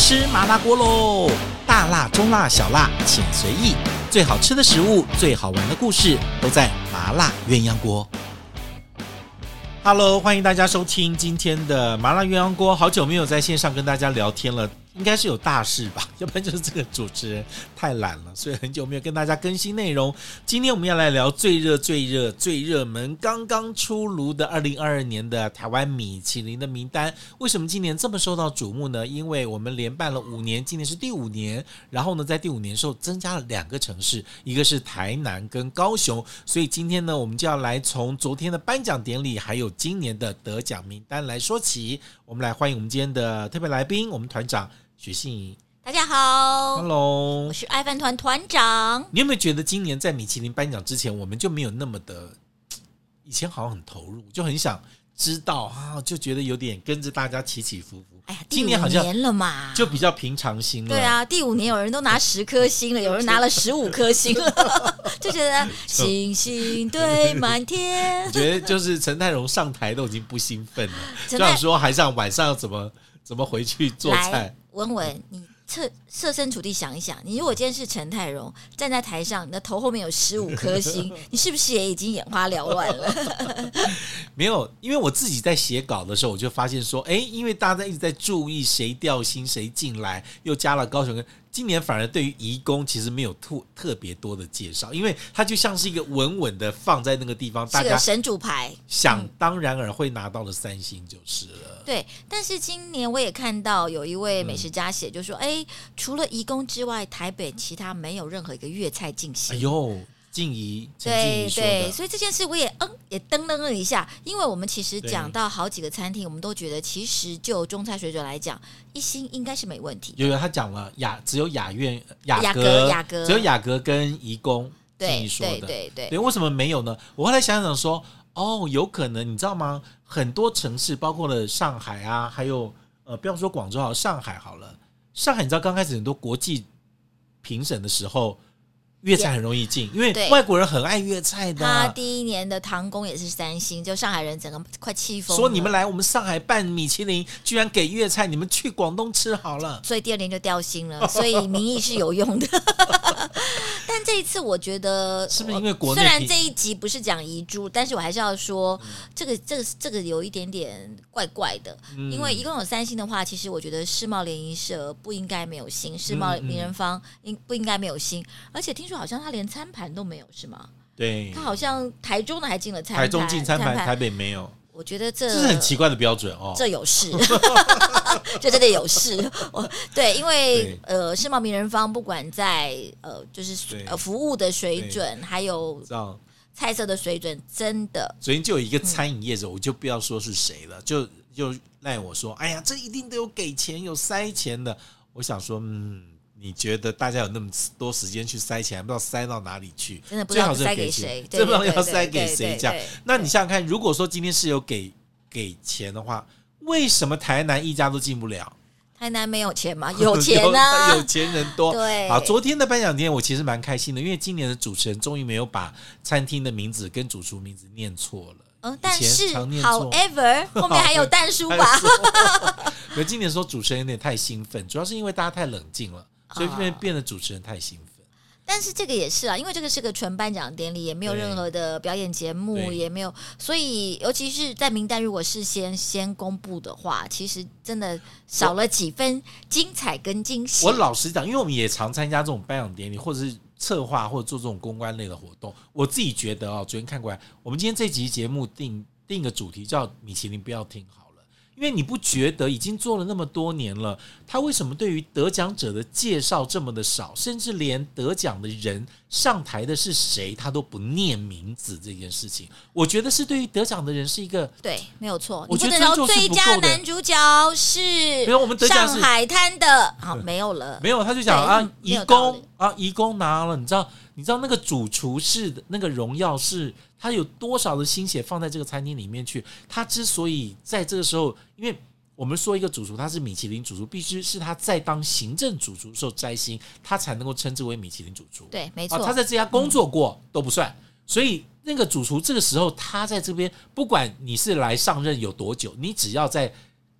吃麻辣锅喽！大辣、中辣、小辣，请随意。最好吃的食物，最好玩的故事，都在麻辣鸳鸯锅。Hello， 欢迎大家收听今天的麻辣鸳鸯锅。好久没有在线上跟大家聊天了，应该是有大事吧？要不然就是这个主持人太懒了，所以很久没有跟大家更新内容。今天我们要来聊最热门刚刚出炉的2022年的台湾米其林的名单。为什么今年这么受到瞩目呢？因为我们连办了5年，今年是第5年，然后呢在第5年的时候增加了2个城市，一个是台南跟高雄。所以今天呢我们就要来从昨天的颁奖典礼还有今年的得奖名单来说起。我们来欢迎我们今天的特别来宾，我们团长许信怡。 大家好 Hello， 我是爱饭团团长。 你有没有觉得今年在米其林颁奖之前，我们就没有那么的，以前好像很投入，就很想知道啊，就觉得有点跟着大家起起伏伏。 哎呀， 今年好像第5年了嘛， 就比较平常心了。 对啊，第5年有人都拿10颗星了，有人拿了15颗星了，就觉得星星堆满天。 我觉得就是陈泰荣上台都已经不兴奋了，就想说还想晚上怎么回去做菜。 来，文文，你设身处地想一想，你如果今天是陈泰荣站在台上，你的头后面有15颗星，你是不是也已经眼花缭乱了？ 没有，因为我自己在写稿的时候，我就发现说，因为大家一直在注意谁掉星谁进来，又加了高雄跟。今年反而对于移工其实没有特别多的介绍，因为它就像是一个稳稳的放在那个地方，大家是个神主牌， 想当然而会拿到的3星就是了。 对，但是今年我也看到有一位美食家写，就说，除了移工之外，台北其他没有任何一个粤菜进行。 哎呦，陈静怡说的， 对，所以这件事我也噔了一下，因为我们其实讲到好几个餐厅，我们都觉得其实就中菜水准来讲，1星应该是没问题。 有他讲了只有雅阁，只有雅阁跟怡工， 对， 说的对， 为什么没有呢？我后来想想说，有可能你知道吗？很多城市包括了上海啊，还有不要说广州好了，上海好了，上海你知道刚开始很多国际评审的时候。粤菜很容易进，因为外国人很爱粤菜的。 他第1年的唐宫也是3星，就上海人整个快气疯了， 说你们来我们上海办米其林，居然给粤菜，你们去广东吃好了。 所以第2年就掉星了，所以民意是有用的。但这一次我觉得， 是不是因为国内虽然这一集不是讲遗珠，但是我还是要说，这个有一点点怪怪的，因为一共有3星的话，其实我觉得世贸联谊社不应该没有星，世贸名人坊不应该没有星，而且听说好像他连餐盘都没有，是吗？ 对， 他好像台中的还进了餐盘， 台中进餐盘，台北没有。 我觉得这是很奇怪的标准哦， 这有事，这真的有事。对，因为世贸名人坊不管在就是服务的水准，还有菜色的水准，真的。 昨天就有一个餐饮业者，我就不要说是谁了，就赖我说，哎呀，这一定都有给钱有塞钱的。我想说，你觉得大家有那么多时间去塞钱，还不知道塞到哪里去？ 真的不知道塞给谁， 真不知道要塞给谁这样。那你想想看，如果说今天是有给钱的话，为什么台南一家都进不了？ 台南没有钱吗？有钱啊， 有钱人多。 对， 好，昨天的颁奖典礼我其实蛮开心的，因为今年的主持人终于没有把餐厅的名字跟主厨名字念错了。 但是 however 后面还有但书吧。 可今年说主持人有点太兴奋，主要是因为大家太冷静了，所以变得主持人太兴奋。 但是这个也是啊，因为这个是个纯颁奖典礼，也没有任何的表演节目，也没有，所以尤其是在名单如果事先公布的话，其实真的少了几分精彩跟惊喜。 我老实讲，因为我们也常参加这种颁奖典礼，或者是策划或者做这种公关类的活动，我自己觉得昨天看过来，我们今天这集节目定一个主题叫米其林不要听好了，因为你不觉得已经做了那么多年了，他为什么对于得奖者的介绍这么的少，甚至连得奖的人上台的是谁他都不念名字这件事情，我觉得是对于得奖的人是一个对，没有错。 我觉得你不能说最佳男主角是上海滩的，好，没有了， 没有，他就讲移工拿了，你知道那个主厨是那个荣耀是他有多少的心血放在这个餐厅里面去，他之所以在这个时候，因为我们说一个主厨他是米其林主厨，必须是他在当行政主厨的时候摘星，他才能够称之为米其林主厨。 对，没错， 他在这家工作过都不算，所以那个主厨这个时候他在这边，不管你是来上任有多久，你只要在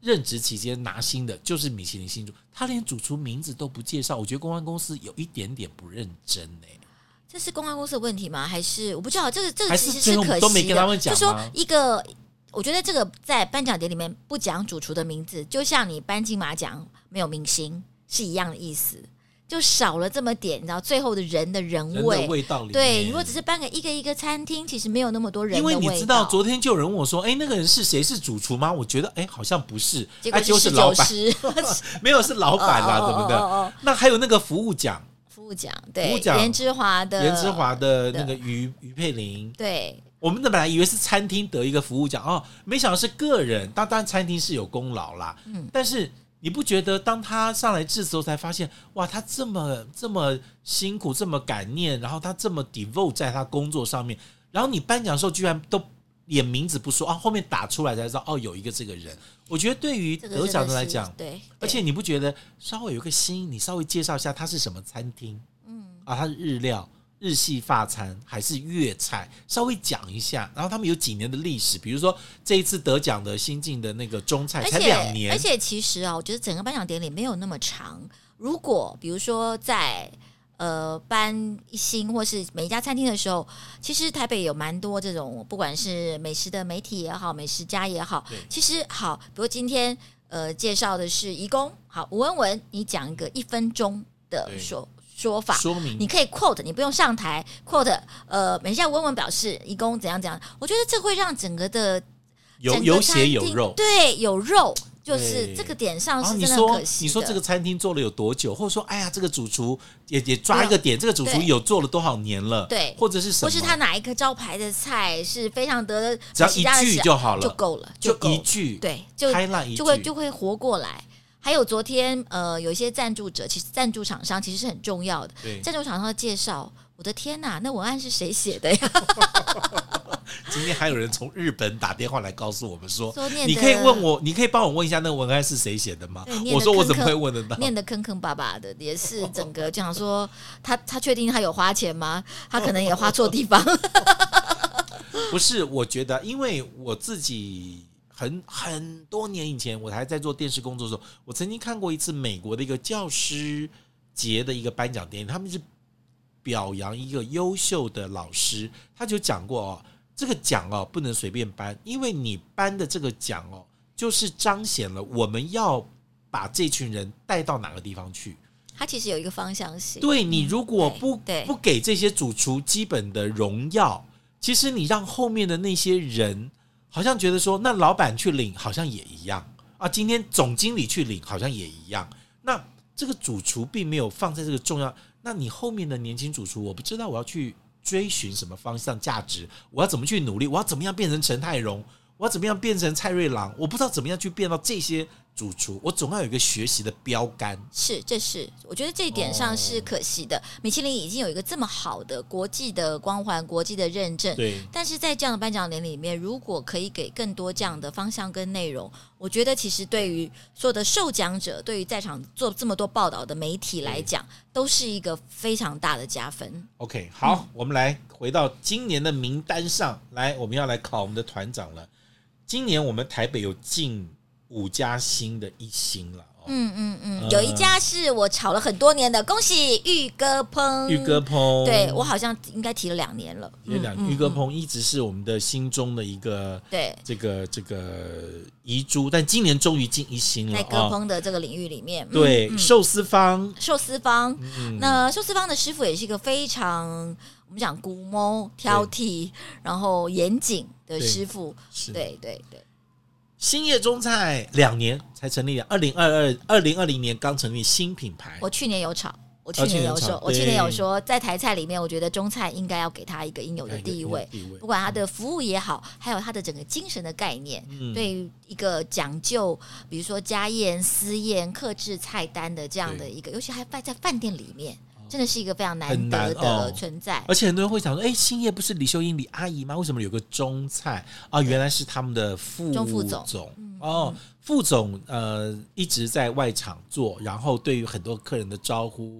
任职期间拿星的就是米其林星主，他连主厨名字都不介绍，我觉得公关公司有一点点不认真这是公关公司的问题吗？还是我不知道，这个还其实是可惜的， 都没跟他们讲吗？ 就说一个，我觉得这个在颁奖典里面不讲主厨的名字，就像你颁金马奖没有明星是一样的意思。就少了这么点，你知道最后的人的人味， 人的味道里面。 对，如果只是颁给一个餐厅，其实没有那么多人的味道。 因为你知道，昨天就有人问我说：“那个人是谁？是主厨吗？”我觉得，好像不是， 结果就是老板，没有是老板啦，怎么的？那还有那个服务奖， 对， 服务奖， 颜之华的那个于佩玲， 对。 我们本来以为是餐厅得一个服务奖没想到是个人。当然餐厅是有功劳啦，但是。你不觉得当他上来致辞后才发现，哇，他这么辛苦，这么感念，然后他这么 devote 在他工作上面，然后你颁奖的时候居然都连名字不说后面打出来才知道有一个这个人。我觉得对于得奖的来讲， 对， 而且你不觉得稍微有个心，你稍微介绍一下他是什么餐厅，他是日料。日系法餐还是粤菜，稍微讲一下，然后他们有几年的历史，比如说这一次得奖的新进的那个中菜才2年， 而且其实我觉得整个颁奖典礼没有那么长。如果比如说在颁一星或是每一家餐厅的时候，其实台北有蛮多这种不管是美食的媒体也好，美食家也好，其实好，比如今天介绍的是移工，好，吴文文，你讲一个1分钟的说法， 说明你可以 quote， 你不用上台 quote。等一下，文文表示移工怎样怎样，我觉得这会让整个的有血有肉， 对，有肉，就是这个点上是真的很可惜的。 你说这个餐厅做了有多久，或者说这个主厨也抓一个点，这个主厨有做了多少年了， 对， 或者是什么， 或是他哪一个招牌的菜是非常得， 只要一句就好了， 就够了， 就一句， 对，就会活过来。还有昨天有一些赞助者，其实赞助厂商其实是很重要的。赞助厂商的介绍，我的天哪，那文案是谁写的呀？ 今天还有人从日本打电话来告诉我们说你可以问我，你可以帮我问一下那个文案是谁写的吗？我说我怎么会问得到？ 念得坑坑巴巴的，也是整个就想说他确定他有花钱吗？他可能也花错地方。 不是，我觉得因为我自己。很多年以前，我还在做电视工作的时候，我曾经看过一次美国的一个教师节的一个颁奖典礼，他们是表扬一个优秀的老师，他就讲过这个奖不能随便颁，因为你颁的这个奖就是彰显了我们要把这群人带到哪个地方去。 他其实有一个方向性。 对，你如果不给这些主厨基本的荣耀，其实你让后面的那些人。好像觉得说，那老板去领好像也一样今天总经理去领好像也一样。那这个主厨并没有放在这个重要，那你后面的年轻主厨，我不知道我要去追寻什么方向价值，我要怎么去努力，我要怎么样变成陈泰荣，我要怎么样变成蔡瑞郎，我不知道怎么样去变到这些主厨，我总要有一个学习的标杆。 这是我觉得这一点上是可惜的。米其林已经有一个这么好的国际的光环、国际的认证， 对。 但是在这样的颁奖典礼里面，如果可以给更多这样的方向跟内容，我觉得其实对于所有的受奖者，对于在场做这么多报道的媒体来讲，都是一个非常大的加分。 OK， 好，我们来回到今年的名单上来，我们要来考我们的团长了。今年我们台北有近5家新的1星了。 有一家是我炒了很多年的，恭喜玉哥烹。对，我好像应该提了2年了。 玉哥烹一直是我们的心中的一个这个遗珠，但今年终于进1星了。 在哥烹的这个领域里面， 对，寿司坊， 那寿司坊的师傅也是一个非常我们讲古摸挑剔，然后严谨的师傅。对。 兴业中菜2年才成立，2020年刚成立新品牌。 我去年有炒，我去年有说，在台菜里面，我觉得中菜应该要给他一个应有的地位，不管他的服务也好，还有他的整个精神的概念，对于一个讲究，比如说家宴、私宴、客制菜单的这样的一个，尤其还在饭店里面。真的是一个非常难得的存在， 而且很多人会想说，兴业不是李秀英李阿姨吗？为什么有个中菜原来是他们的副总副总一直在外场做，然后对于很多客人的招呼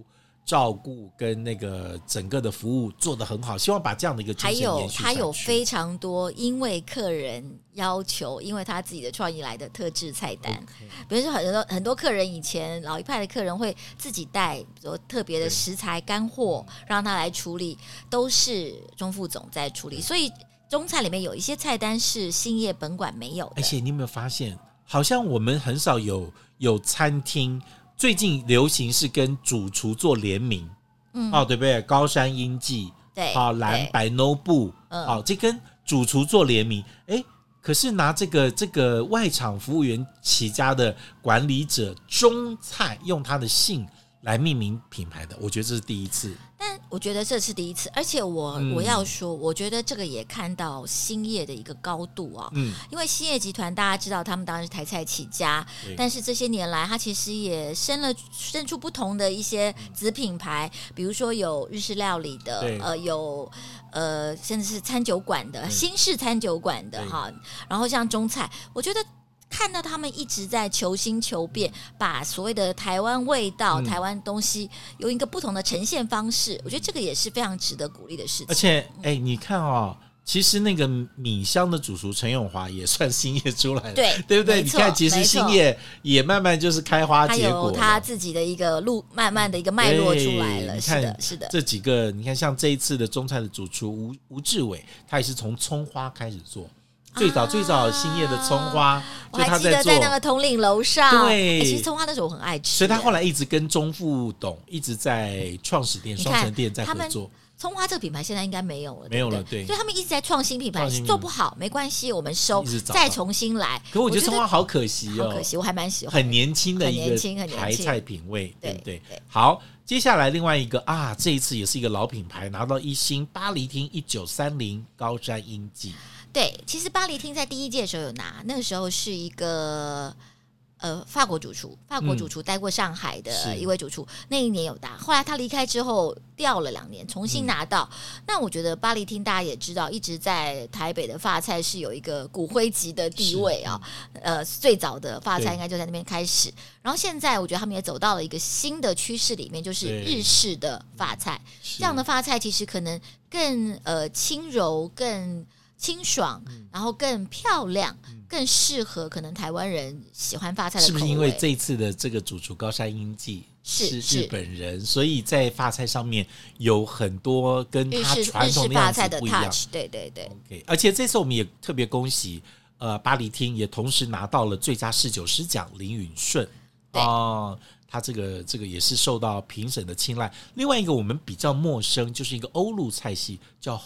照顾跟那个整个的服务做得很好，希望把这样的一个精神延续下去。 还有非常多因为客人要求，因为他自己的创意来的特制菜单。比如说很多客人以前老一派的客人会自己带，比如说特别的食材干货让他来处理，都是钟副总在处理。所以中菜里面有一些菜单是兴业本馆没有的。 而且你有没有发现，好像我们很少有餐厅最近流行是跟主厨做联名，对不对？高山英记， 对， 蓝白 no 布，这跟主厨做联名，可是拿这个外场服务员起家的管理者中菜用他的姓来命名品牌的，我觉得这是第一次。 但我觉得这是第一次，而且我要说，我觉得这个也看到兴业的一个高度啊。因为兴业集团大家知道，他们当然是台菜起家，但是这些年来，它其实也生出不同的一些子品牌，比如说有日式料理的，有甚至是餐酒馆的，新式餐酒馆的哈，然后像中菜，我觉得。看到他们一直在求新求变，把所谓的台湾味道、台湾东西有一个不同的呈现方式，我觉得这个也是非常值得鼓励的事情。 而且，你看其实那个米香的主厨陈永华也算兴业出来的，对不对？你看，其实兴业也慢慢就是开花结果了， 他有他自己的一个路，慢慢的一个脉络出来了。是的， 这几个你看，像这一次的中菜的主厨吴志伟，他也是从葱花开始做。最早兴业的葱花， 我还记得在那个统领楼上。 对， 其实葱花那时候我很爱吃， 所以他后来一直跟钟副董一直在创始店、双城店在合作。 葱花这个品牌现在应该没有了， 没有了，对。 所以他们一直在创新品牌，做不好没关系，我们收，再重新来。 可我觉得葱花好可惜好可惜，我还蛮喜欢， 很年轻的一个台菜品味，对不对？好，接下来另外一个这一次也是一个老品牌，拿到1星，巴黎厅1930高山英记。 对，其实巴黎厅在第一届的时候有拿，那个时候是一个法国主厨待过上海的一位主厨，那一年有拿，后来他离开之后调了2年，重新拿到。那我觉得巴黎厅大家也知道，一直在台北的法菜是有一个骨灰级的地位啊，最早的法菜应该就在那边开始。然后现在我觉得他们也走到了一个新的趋势里面，就是日式的法菜，这样的法菜其实可能更轻柔、更清爽，然后更漂亮，更适合可能台湾人喜欢法菜的口味。 是不是因为这一次的这个主厨高山英记是日本人，所以在法菜上面有很多跟他传统的样子不一样？ 对对对。 Okay， 而且这次我们也特别恭喜巴黎厅也同时拿到了最佳侍酒师奖林允顺他这个也是受到评审的青睐。另外一个我们比较陌生，就是一个欧陆菜系叫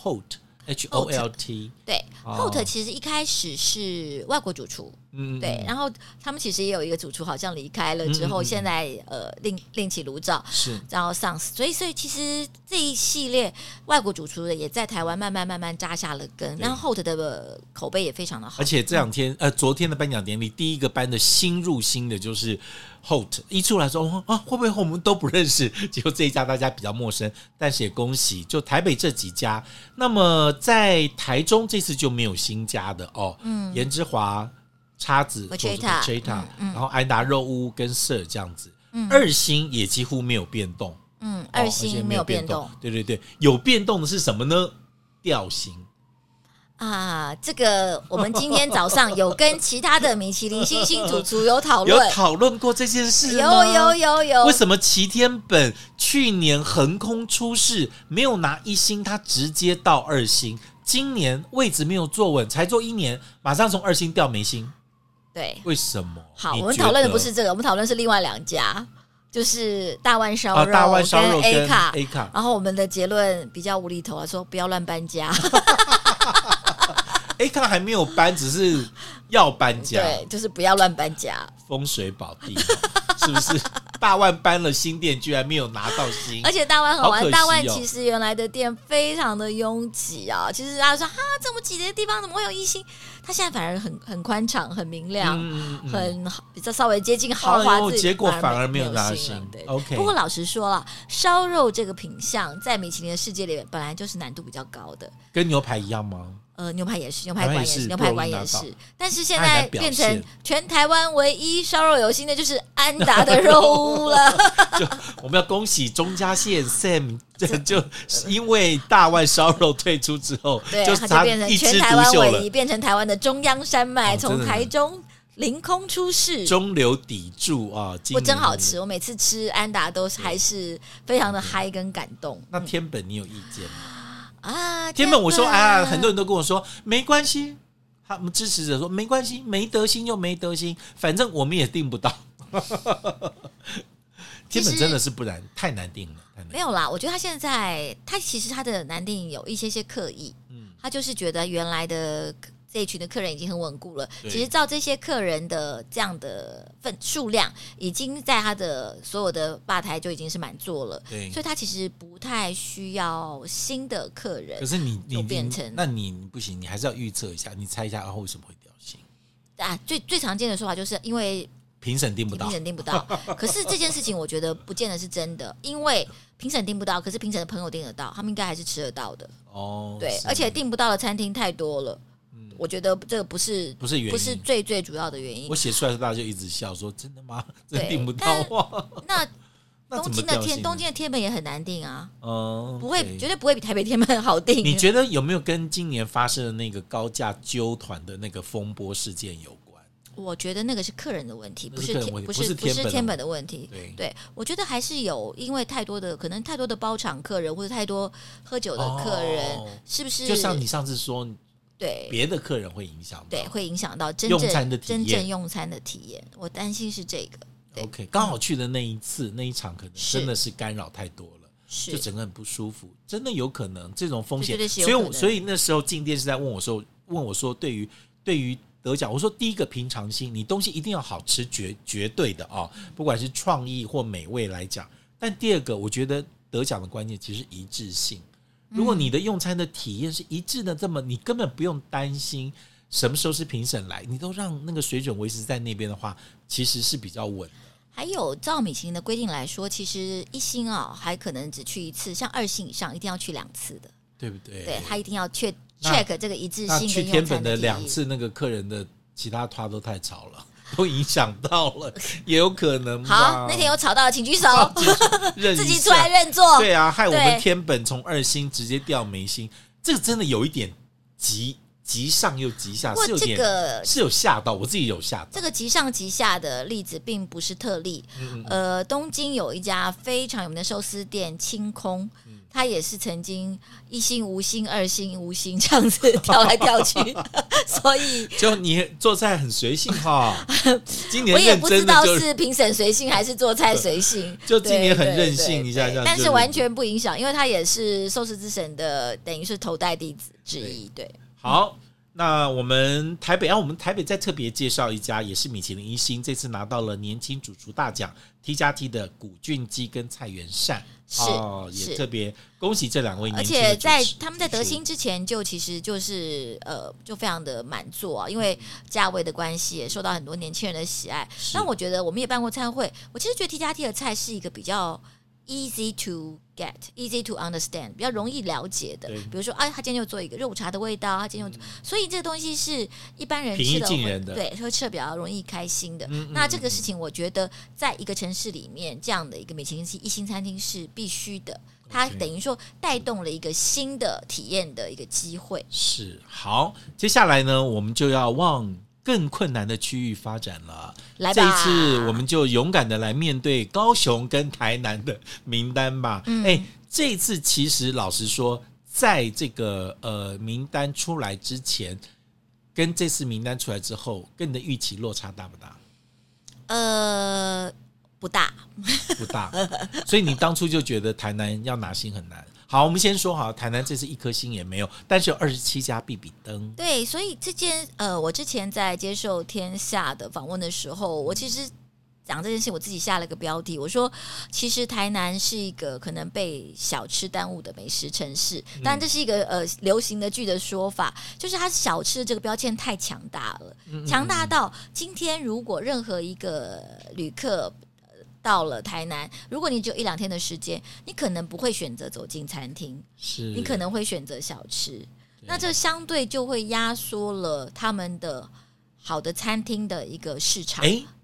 Holt。HOLT 对，Holt 其实一开始是外国主厨，对，然后他们其实也有一个主厨好像离开了之后，现在另起炉灶， 是， 然后上司，所以其实这一系列外国主厨的也在台湾慢慢扎下了根，然后 Holt 的口碑也非常的好， 而且这2天昨天的颁奖典礼，第一个颁的新入新的就是 Holt， 一出来说会不会我们都不认识？结果这一家大家比较陌生，但是也恭喜，就台北这几家。那么在台中这次就没有新加的颜之华、叉子、Vegeta， 然后安达肉屋跟Sir这样子，2星也几乎没有变动 ，2星没有变动， 对对对，有变动的是什么呢？调型。 这个我们今天早上有跟其他的米其林星星主厨有讨论过这件事吗？ 有。 为什么齐天本去年横空出世，没有拿1星，他直接到2星？今年位置没有坐稳，才做1年，马上从2星掉没星。 对， 为什么？ 好，我们讨论的不是这个，我们讨论是另外2家。就是大碗烧肉跟 A 卡，然后我们的结论比较无厘头说不要乱搬家。 A 卡还没有搬，只是要搬家， 对，就是不要乱搬家， 风水宝地，是不是？大万搬了新店，居然没有拿到新， 而且大万很玩，大万其实原来的店非常的拥挤啊。其实大家说这么挤的地方怎么会有1星？它现在反而很宽敞、很明亮、很比较稍微接近豪华， 结果反而没有拿星。OK， 不过老实说了，烧肉这个品项在米其林的世界里本来就是难度比较高的， 跟牛排一样吗？ 牛排也是，牛排馆也是，但是现在变成全台湾唯一烧肉有星的就是安安达的肉屋了。 就我们要恭喜钟嘉宪 Sam， 就因为大碗烧肉退出之后， 对， 就他就变成一枝全台湾独秀了唯一，变成台湾的中央山脉，从真的台中凌空出世， 中流砥柱啊！ 我真好吃，我每次吃安达都还是非常的嗨跟感动。 那天本你有意见吗？ 啊， 天本我说很多人都跟我说没关系，他们支持者说没关系，没得星就没得星，反正我们也订不到。天本真的是不然，太难订了。 没有啦，我觉得他现在其实他的难订有一些刻意，他就是觉得原来的这一群的客人已经很稳固了，其实照这些客人的这样的数量，已经在他的所有的吧台就已经是满座了，所以他其实不太需要新的客人。 可是你变成， 那你不行，你还是要预测一下，你猜一下为什么会掉星啊？最常见的说法就是因为评审订不到， 可是这件事情我觉得不见得是真的，因为评审订不到，可是评审的朋友订得到，他们应该还是吃得到的哦。对，而且订不到的餐厅太多了。我觉得这个不是原因，不是最主要的原因。 我写出来的时候，大家就一直笑说：“真的吗？真订不到哇！” 那东京的天本也很难订啊，不会，绝对不会比台北天本好订。 你觉得有没有跟今年发生的那个高价揪团的那个风波事件有关？ 我觉得那个是客人的问题，不是天本的问题。对，我觉得还是有，因为可能太多的包场客人或者太多喝酒的客人，是不是？ 就像你上次说。 对， 别的客人会影响到， 对，会影响到真正用餐的体验。我担心是这个。 OK， 刚好去的那一场，可能真的是干扰太多了，就整个很不舒服，真的有可能这种风险。所以那时候静电是在问我说，对于得奖，我说第一个平常心，你东西一定要好吃，绝对的啊，不管是创意或美味来讲。但第二个，我觉得得奖的关键其实是一致性。如果你的用餐的体验是一致的，你根本不用担心什么时候是评审来，你都让那个水准维持在那边的话，其实是比较稳的。 还有照米其林的规定来说，其实1星还可能只去1次，像2星以上一定要去2次的， 对不对？ 对，他一定要check 这个一致性。 那去天本的2次，那个客人的其他团都太吵了。都影响到了，也有可能吧。 好，那天有吵到的请举手，自己出来认错。 对啊，害我们天本从2星直接掉没星，这个真的有一点急上又急下，是有吓到我自己，有吓到。 这个急上急下的例子并不是特例。东京有一家非常有名的寿司店清空。他也是曾经1星无星2星无星这样子跳来跳去，所以就你做菜很随性哈。今年我也不知道是评审随性还是做菜随性， 就今年很任性一下这样， 但是完全不影响，因为他也是寿司之神的等于是头代弟子之一。对， 好。那我们台北再特别介绍一家，也是米其林1星，这次拿到了年轻主厨大奖 T+T 的古俊基跟蔡元善，也特别恭喜这2位年轻的主厨。 而且他们在得星之前其实就是就非常的满座啊，因为价位的关系也受到很多年轻人的喜爱。但我觉得我们也办过餐会，我其实觉得 T+T 的菜是一个比较easy to get, easy to understand， 比较容易了解的。比如说，他今天又做一个肉茶的味道，他今天所以这个东西是一般人吃的，对，会吃的比较容易开心的。那这个事情，我觉得在一个城市里面，这样的一个米其林1星餐厅是必须的。它等于说带动了一个新的体验的一个机会。 是，好，接下来呢，我们就要往更困难的区域发展了。这一次我们就勇敢的来面对高雄跟台南的名单吧。这一次其实老实说，在这个名单出来之前，跟这次名单出来之后，跟你的预期落差大不大？ 不大， 不大。所以你当初就觉得台南要拿星很难。好，我们先说好，台南这次1颗星也没有，但是有27家必比登。 对，所以我之前在接受天下的访问的时候，我其实讲这件事，我自己下了个标题，我说其实台南是一个可能被小吃耽误的美食城市。当然这是一个流行的剧的说法，就是它小吃的这个标签太强大了，强大到今天如果任何一个旅客到了台南，如果你只有1-2天的时间，你可能不会选择走进餐厅，你可能会选择小吃。那这相对就会压缩了他们的好的餐厅的一个市场。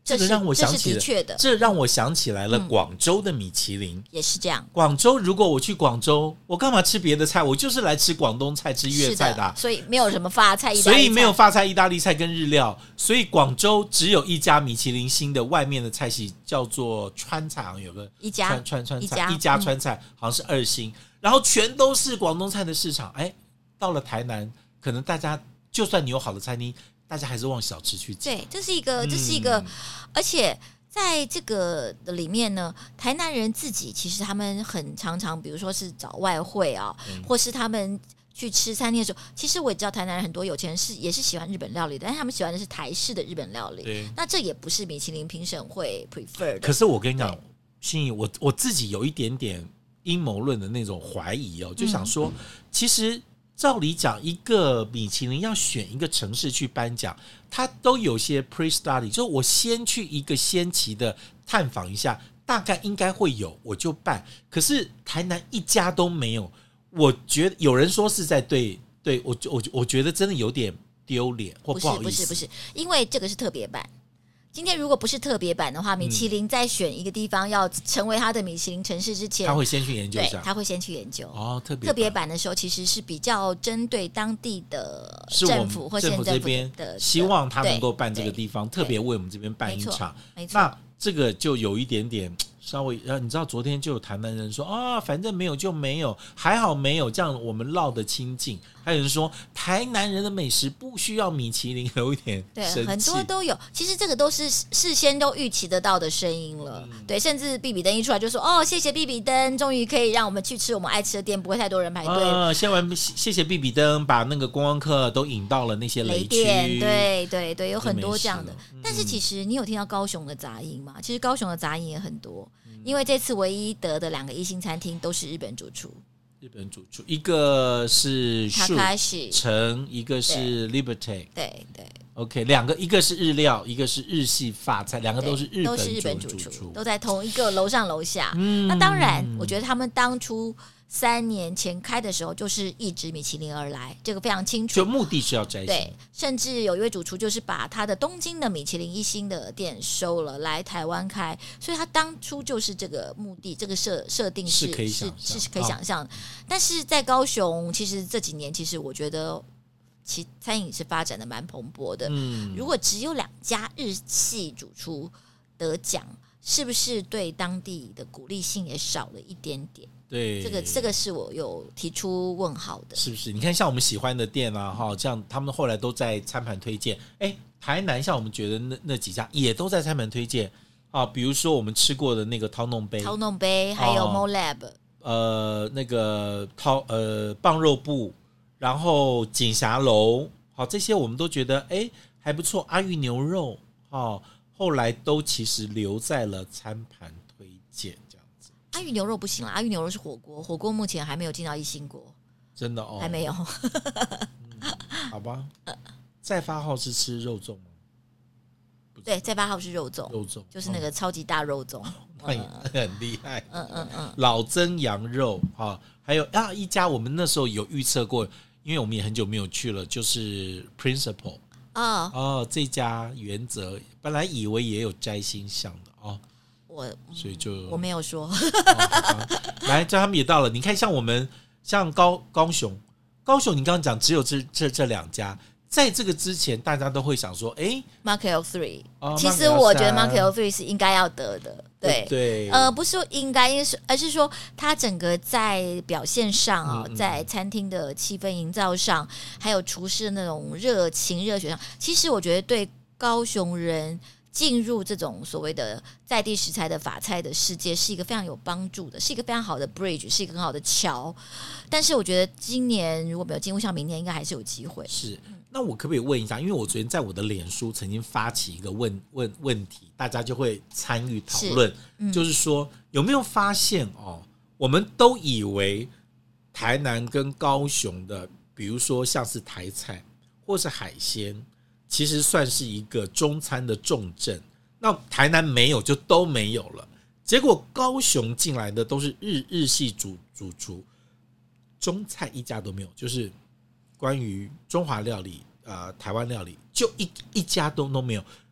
这个让我想起这是的确的， 这让我想起来了广州的米其林， 也是这样。 广州如果我去广州，我干嘛吃别的菜？我就是来吃广东菜、吃粤菜的， 所以没有什么法菜、意大利菜， 所以没有法菜、意大利菜跟日料，所以广州只有一家米其林星的外面的菜系叫做川菜，好像有个一家川菜，好像是2星，然后全都是广东菜的市场。哎，到了台南，可能大家就算你有好的餐厅，大家还是往小吃去挤。 对，这是一个，而且在这个的里面呢，台南人自己其实他们很常常，比如说是找外汇啊，或是他们去吃餐厅的时候，其实我也知道台南人很多有钱人也是喜欢日本料理的，但是他们喜欢的是台式的日本料理。那这也不是米其林评审会 prefer 的。 可是我跟你讲，心怡，我自己有一点点阴谋论的那种怀疑哦，就想说，其实照理讲，一个米其林要选一个城市去颁奖，它都有些 pre-study， 就我先去一个先期的探访一下，大概应该会有，我就办。可是台南一家都没有，我觉得有人说是在对我觉得真的有点丢脸或不好意思。 不是，因为这个是特别版。今天如果不是特别版的话，米其林在选一个地方要成为他的米其林城市之前， 他会先去研究一下。 对，他会先去研究。 哦，特别版的时候，其实是比较针对当地的政府或县政府这边的， 希望他能够办这个地方，特别为我们这边办一场。 没错， 那这个就有一点点稍微你知道昨天就有台南人说啊，反正没有就没有，还好没有，这样我们绕得清净。还有人说台南人的美食不需要米其林，有一点生气。 对，很多都有。其实这个都是事先都预期得到的声音了。对，甚至必比登一出来就说哦，谢谢必比登，终于可以让我们去吃我们爱吃的店，不会太多人排队。 谢谢必比登，把那个观光客都引到了那些雷区。 对，有很多这样的。但是其实你有听到高雄的杂音吗？其实高雄的杂音也很多。因为这次唯一得的2个1星餐厅都是日本主厨， 一个是城， 一个是 Liberty， 对 ，OK， 2个，一个是日料，一个是日系法菜，2个都是日本主厨， 都在同一个楼上楼下。那当然，我觉得他们当初3年前开的时候就是一直米其林而来，这个非常清楚， 就目的是要摘星。 对，甚至有一位主厨就是把他的东京的米其林1星的店收了，来台湾开，所以他当初就是这个目的，这个设定是可以想象的。但是在高雄，其实这几年，其实我觉得其餐饮是发展的蛮蓬勃的。如果只有2家日系主厨得奖，是不是对当地的鼓励性也少了一点点？ 对， 这个是我有提出问号的， 是不是？你看，像我们喜欢的店啊，哈，像他们后来都在餐盘推荐。哎，台南像我们觉得那几家也都在餐盘推荐啊，比如说我们吃过的那个陶弄杯， 还有 MoLab， 那个棒肉部，然后锦霞楼，好，这些我们都觉得哎还不错。阿裕牛肉，后来都其实留在了餐盘推荐。 阿裕牛肉不行了，阿裕牛肉是火锅目前还没有进到1星国， 真的哦， 还没有。 好吧，再发号是吃肉粽吗？ 对，再发号是肉粽，就是那个超级大肉粽， 很厉害。老曾羊肉还有一家我们那时候有预测过，因为我们也很久没有去了，就是 Principal 这家原则本来以为也有摘星项的所以我没有说。 来，叫他们也到了。你看，像我们像高雄，你刚刚讲只有这2家，在这个之前，大家都会想说，哎 ，Market of Three，其实我觉得 Market of Three 是应该要得的，对，不是说应该，而是说它整个在表现上在餐厅的气氛营造上，还有厨师的那种热情热血上，其实我觉得对高雄人进入这种所谓的在地食材的法菜的世界是一个非常有帮助的，是一个非常好的 bridge， 是一个很好的桥。但是我觉得今年如果没有进入，像明年应该还是有机会。 是，那我可不可以问一下？因为我昨天在我的脸书曾经发起一个问题，大家就会参与讨论，就是说有没有发现我们都以为台南跟高雄的，比如说像是台菜或是海鲜，其实算是一个中餐的重镇，那台南没有就都没有了。结果高雄进来的都是日系主厨，中菜一家都没有，就是关于中华料理台湾料理就一家都没有。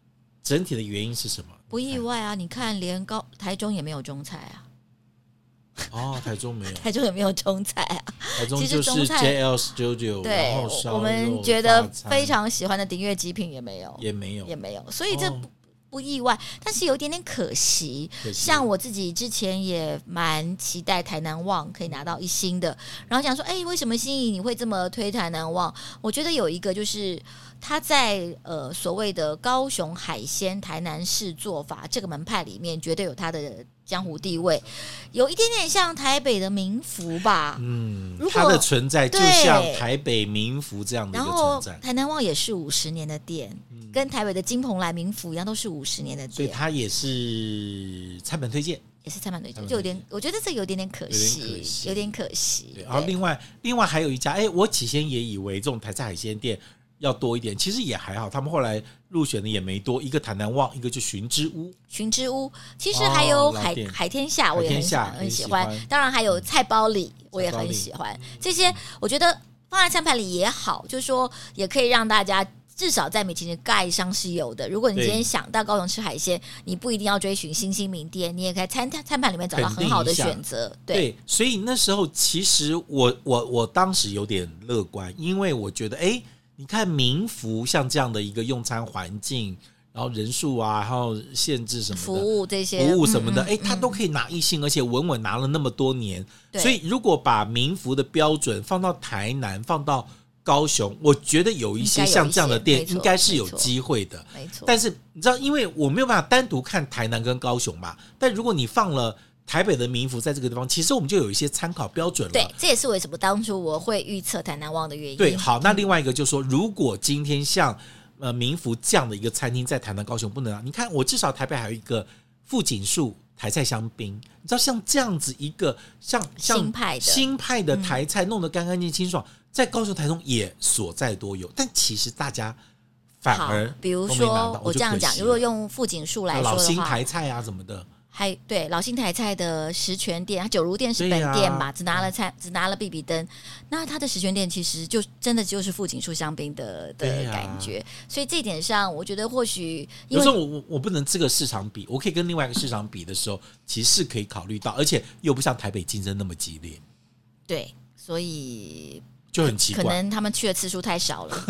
整体的原因是什么？ 不意外啊，你看连台中也没有中菜啊。 哦，台中没有， 台中也没有中菜啊。 台中就是 JL Studio， 对， 然后烧肉我们觉得非常喜欢的鼎悦极品也没有，所以这不意外，但是有一点点可惜。像我自己之前也蛮期待台南旺可以拿到1星的，然后想说，为什么心怡你会这么推台南旺？我觉得有一个就是他在所谓的高雄海鲜台南式做法这个门派里面，绝对有他的江湖地位，有一点点像台北的民福吧。 它的存在就像台北民福这样的一个存在。 然后台南旺也是50年的店，跟台北的金蓬莱民福一样，都是50年的店， 所以它也是餐盘推荐。 也是餐盘推荐，就有点，我觉得这有点点可惜，有点可惜。 对，然后另外还有一家，我起先也以为这种台菜海鲜店要多一点，其实也还好，他们后来入选的也没多，一个台南旺，一个就寻之屋。 其实还有海天下，我也很喜欢。当然还有菜包里，我也很喜欢。这些我觉得放在餐盘里也好，就是说也可以让大家至少在米其林盖上是有的。如果你今天想到高雄吃海鲜，你不一定要追寻新兴名店，你也可以餐盘里面找到很好的选择。 对，所以那时候其实我当时有点乐观，因为我觉得你看民福像这样的一个用餐环境，然后人数啊，然后限制什么的服务这些服务什么的，他都可以拿1星，而且稳稳拿了那么多年。所以如果把民福的标准放到台南，放到高雄，我觉得有一些像这样的店应该是有机会的。 没错， 但是你知道，因为我没有办法单独看台南跟高雄嘛，但如果你放了台北的民福在这个地方，其实我们就有一些参考标准了。 对，这也是为什么当初我会预测台南旺的原因。 对，好，那另外一个就是说，如果今天像民福这样的一个餐厅在台南高雄不能你看我至少台北还有一个富锦树台菜香槟，你知道像这样子一个像新派的台菜弄得干干净清爽，在高雄台中也所在多有，但其实大家反而比如说我这样讲，如果用富锦树来说的话， 老新台菜啊什么的， 还对老新台菜的十全店，它九如店是本店嘛，只拿了必比登，那它的十全店其实就真的就是富锦树香槟的感觉，所以这一点上，我觉得或许有时候我不能这个市场比，我可以跟另外一个市场比的时候，其实是可以考虑到，而且又不像台北竞争那么激烈， 对，所以就很奇怪， 可能他们去的次数太少了。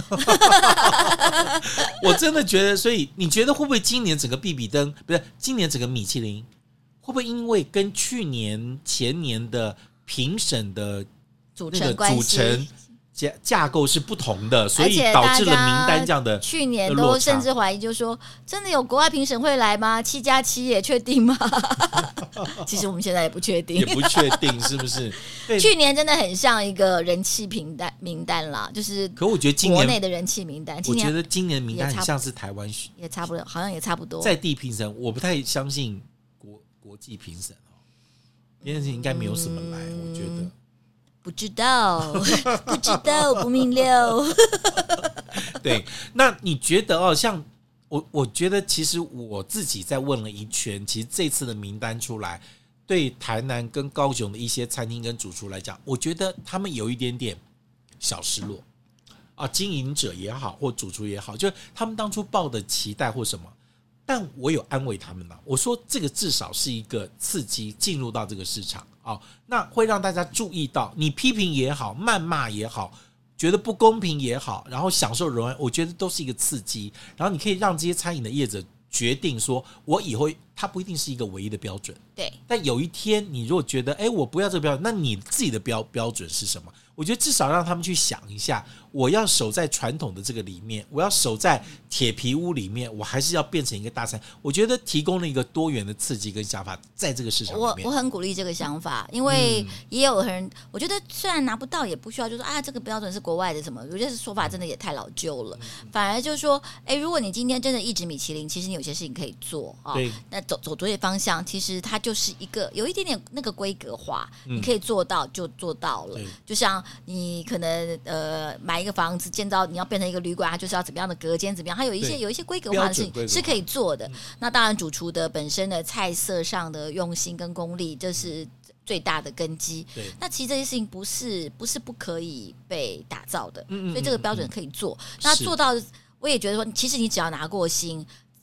我真的觉得，所以你觉得会不会今年整个必比登，不是今年整个米其林，会不会因为跟去年前年的评审的组成架构是不同的，所以导致了名单这样的去年都甚至怀疑，就说真的有国外评审会来吗？7+7也确定吗？其实我们现在也不确定， 是不是？ 去年真的很像一个人气名单啦，就是可我觉得今年国内的人气名单， 我觉得今年的名单很像是台湾也差不多，好像也差不多。 在地评审，我不太相信国际评审这件事情应该没有什么来，我觉得。 不知道，不明了。 对，那你觉得像我觉得其实我自己在问了一圈，其实这次的名单出来，对台南跟高雄的一些餐厅跟主厨来讲，我觉得他们有一点点小失落啊，经营者也好，或主厨也好，就是他们当初抱的期待或什么。但我有安慰他们了，我说这个至少是一个刺激进入到这个市场那会让大家注意到，你批评也好，谩骂也好，觉得不公平也好，然后享受荣耀，我觉得都是一个刺激。然后你可以让这些餐饮的业者决定说，我以后它不一定是一个唯一的标准， 对。 但有一天你如果觉得，我不要这个标准，那你自己的标准是什么？我觉得至少让他们去想一下，我要守在传统的这个里面，我要守在铁皮屋里面，我还是要变成一个大餐。我觉得提供了一个多元的刺激跟想法，在这个市场里面， 我很鼓励这个想法，因为也有人，我觉得虽然拿不到，也不需要就说这个标准是国外的什么，我觉得说法真的也太老旧了。反而就是说，如果你今天真的一直米其林，其实你有些事情可以做那走对方向，其实它就是一个有一点点那个规格化，你可以做到就做到了。就像你可能买一个房子建造，你要变成一个旅馆，它就是要怎么样的隔间怎么样，它有一些规格化的事情是可以做的。那当然主厨的本身的菜色上的用心跟功力，这是最大的根基。那其实这些事情不是不可以被打造的，所以这个标准可以做。那做到我也觉得说，其实你只要拿过星，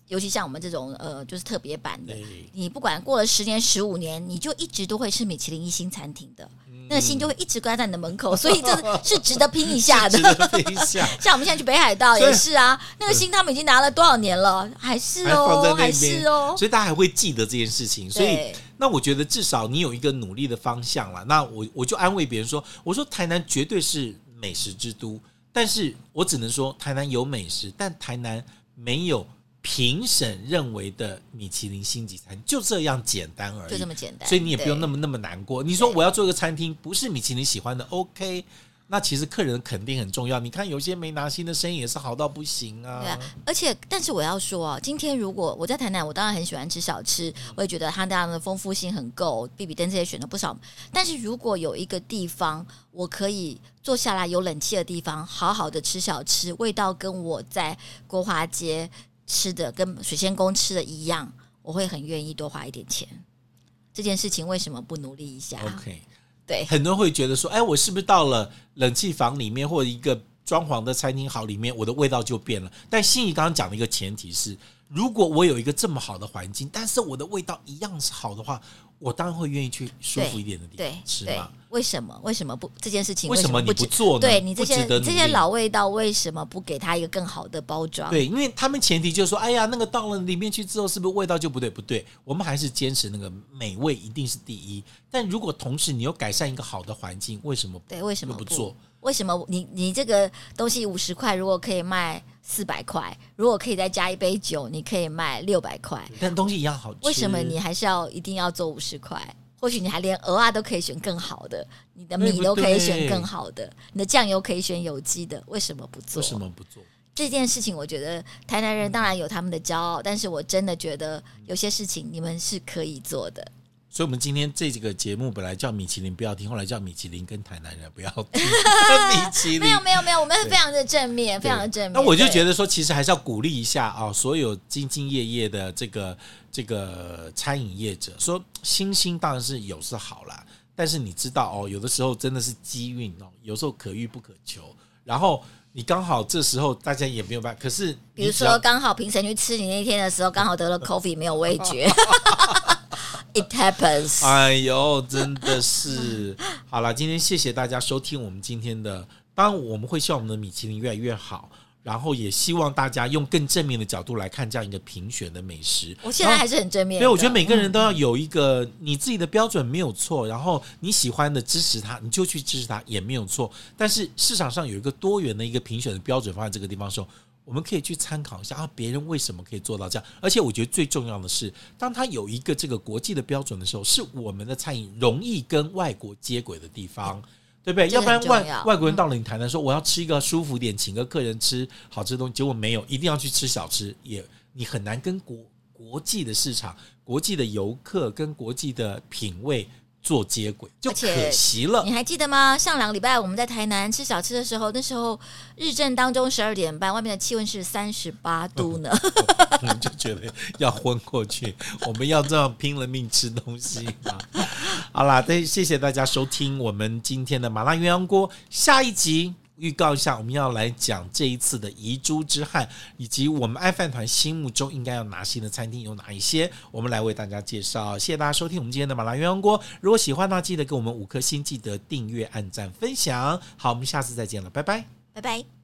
尤其像我们这种就是特别版的，你不管过了10年15年，你就一直都会是米其林1星餐厅的。那个心就会一直挂在你的门口，所以这是值得拼一下的。 值得拼一下。 像我们现在去北海道也是啊，那个心他们已经拿了多少年了，还是哦，还是哦， 所以大家还会记得这件事情。所以那我觉得至少你有一个努力的方向了。那我就安慰别人说，我说台南绝对是美食之都，但是我只能说台南有美食，但台南没有评审认为的米其林星级餐，就这样简单而已， 就这么简单， 所以你也不用那么难过。你说我要做一个餐厅，不是米其林喜欢的 ，OK， 那其实客人肯定很重要。你看有些没拿星的生意也是好到不行啊。 对啊，而且但是我要说今天如果我在台南，我当然很喜欢吃小吃，我也觉得它这样的丰富性很够，必比登这些选了不少。但是如果有一个地方我可以坐下来有冷气的地方，好好的吃小吃，味道跟我在国华街吃的跟水仙宫吃的一样，我会很愿意多花一点钱。这件事情为什么不努力一下 ？OK， 对， 很多人会觉得说，哎，我是不是到了冷气房里面或者一个装潢的餐厅好里面，我的味道就变了？但心怡刚刚讲的一个前提是，如果我有一个这么好的环境，但是我的味道一样是好的话，我当然会愿意去舒服一点的地方吃嘛。 为什么不这件事情？ 为什么你不做呢？ 对你这些老味道，为什么不给它一个更好的包装？ 对，因为他们前提就是说，哎呀，那个到了里面去之后，是不是味道就不对？不对，我们还是坚持那个美味一定是第一。但如果同时你又改善一个好的环境，为什么不？ 对，为什么不做？ 为什么你这个东西50块，如果可以卖400块，如果可以再加一杯酒，你可以卖600块， 但东西一样好吃。 为什么你还是一定要做50块？或许你还连鹅啊都可以选更好的，你的米都可以选更好的，你的酱油可以选有机的，为什么不做？ 为什么不做？ 这件事情我觉得台南人当然有他们的骄傲，但是我真的觉得有些事情你们是可以做的。 所以我们今天这个节目本来叫米其林不要听，后来叫米其林跟台南人不要听。米其林没有，我们是非常的正面，非常的正面。 那我就觉得说，其实还是要鼓励一下所有兢兢业业的这个餐饮业者，说星星当然是有是好啦，但是你知道有的时候真的是机运有时候可遇不可求，然后你刚好这时候大家也没有办法，可是比如说刚好评审去吃你那天的时候，刚好得了 COVID 没有味觉。It happens。 哎呦，真的是好了，今天谢谢大家收听我们今天的，当然我们会希望我们的米其林越来越好，然后也希望大家用更正面的角度来看这样一个评选的美食。 我现在还是很正面的， 对，我觉得每个人都要有一个你自己的标准没有错，然后你喜欢的支持他，你就去支持他也没有错，但是市场上有一个多元的一个评选的标准放在这个地方的时候，我们可以去参考一下别人为什么可以做到这样。而且我觉得最重要的是，当他有一个这个国际的标准的时候，是我们的餐饮容易跟外国接轨的地方，对不对？要不然外国人到了你台南说我要吃一个舒服点，请个客人吃好吃的东西，结果没有，一定要去吃小吃，你很难跟国际的市场、国际的游客跟国际的品味做接轨，就可惜了。 你还记得吗？上2个礼拜我们在台南吃小吃的时候，那时候日正当中12点半，外面的气温是38度呢。 我们就觉得要昏过去，我们要这样拼了命吃东西吗？好啦，谢谢大家收听我们今天的麻辣鸳鸯锅，下一集预告一下，我们要来讲这一次的遗珠之憾，以及我们爱饭团心目中应该要拿星的餐厅有哪一些，我们来为大家介绍。谢谢大家收听我们今天的麻辣鸳鸯锅，如果喜欢的话，记得给我们5颗星，记得订阅、按赞、分享。好，我们下次再见了，拜拜， 拜拜。